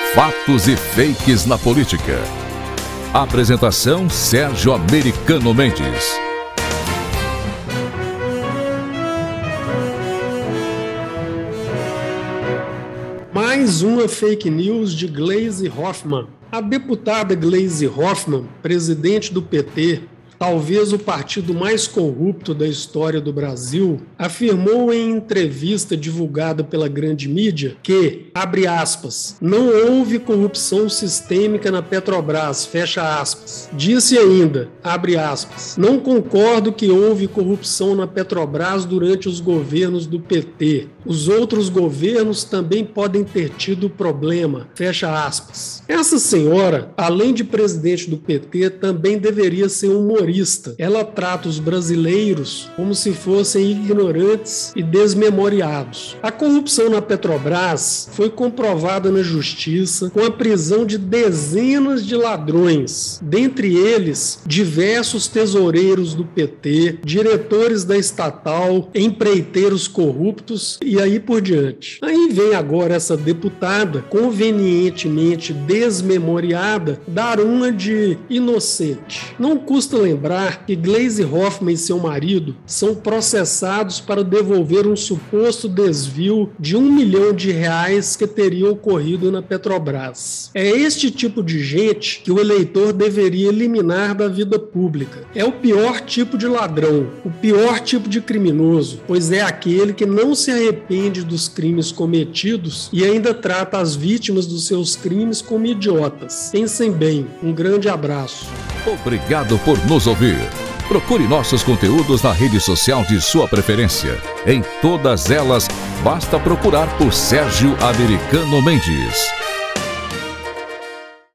Fatos e fakes na política. Apresentação: Sérgio Americano Mendes. Mais uma fake news de Gleisi Hoffmann. A deputada Gleisi Hoffmann, presidente do PT, talvez o partido mais corrupto da história do Brasil, afirmou em entrevista divulgada pela grande mídia que, abre aspas, não houve corrupção sistêmica na Petrobras, fecha aspas. Disse ainda, abre aspas, não concordo que houve corrupção na Petrobras durante os governos do PT. Os outros governos também podem ter tido problema, fecha aspas. Essa senhora, além de presidente do PT, também deveria ser humorista. Ela trata os brasileiros como se fossem ignorantes e desmemoriados. A corrupção na Petrobras foi comprovada na justiça com a prisão de dezenas de ladrões, dentre eles diversos tesoureiros do PT, diretores da estatal, empreiteiros corruptos e aí por diante. Aí vem agora essa deputada, convenientemente desmemoriada, dar uma de inocente. Não custa lembrar que Gleisi Hoffmann e seu marido são processados para devolver um suposto desvio de R$1 milhão que teria ocorrido na Petrobras. É este tipo de gente que o eleitor deveria eliminar da vida pública. É o pior tipo de ladrão, o pior tipo de criminoso, pois é aquele que não se arrepende dos crimes cometidos e ainda trata as vítimas dos seus crimes como idiotas. Pensem bem. Um grande abraço. Obrigado por nos ouvir. Procure nossos conteúdos na rede social de sua preferência. Em todas elas, basta procurar por Sérgio Americano Mendes.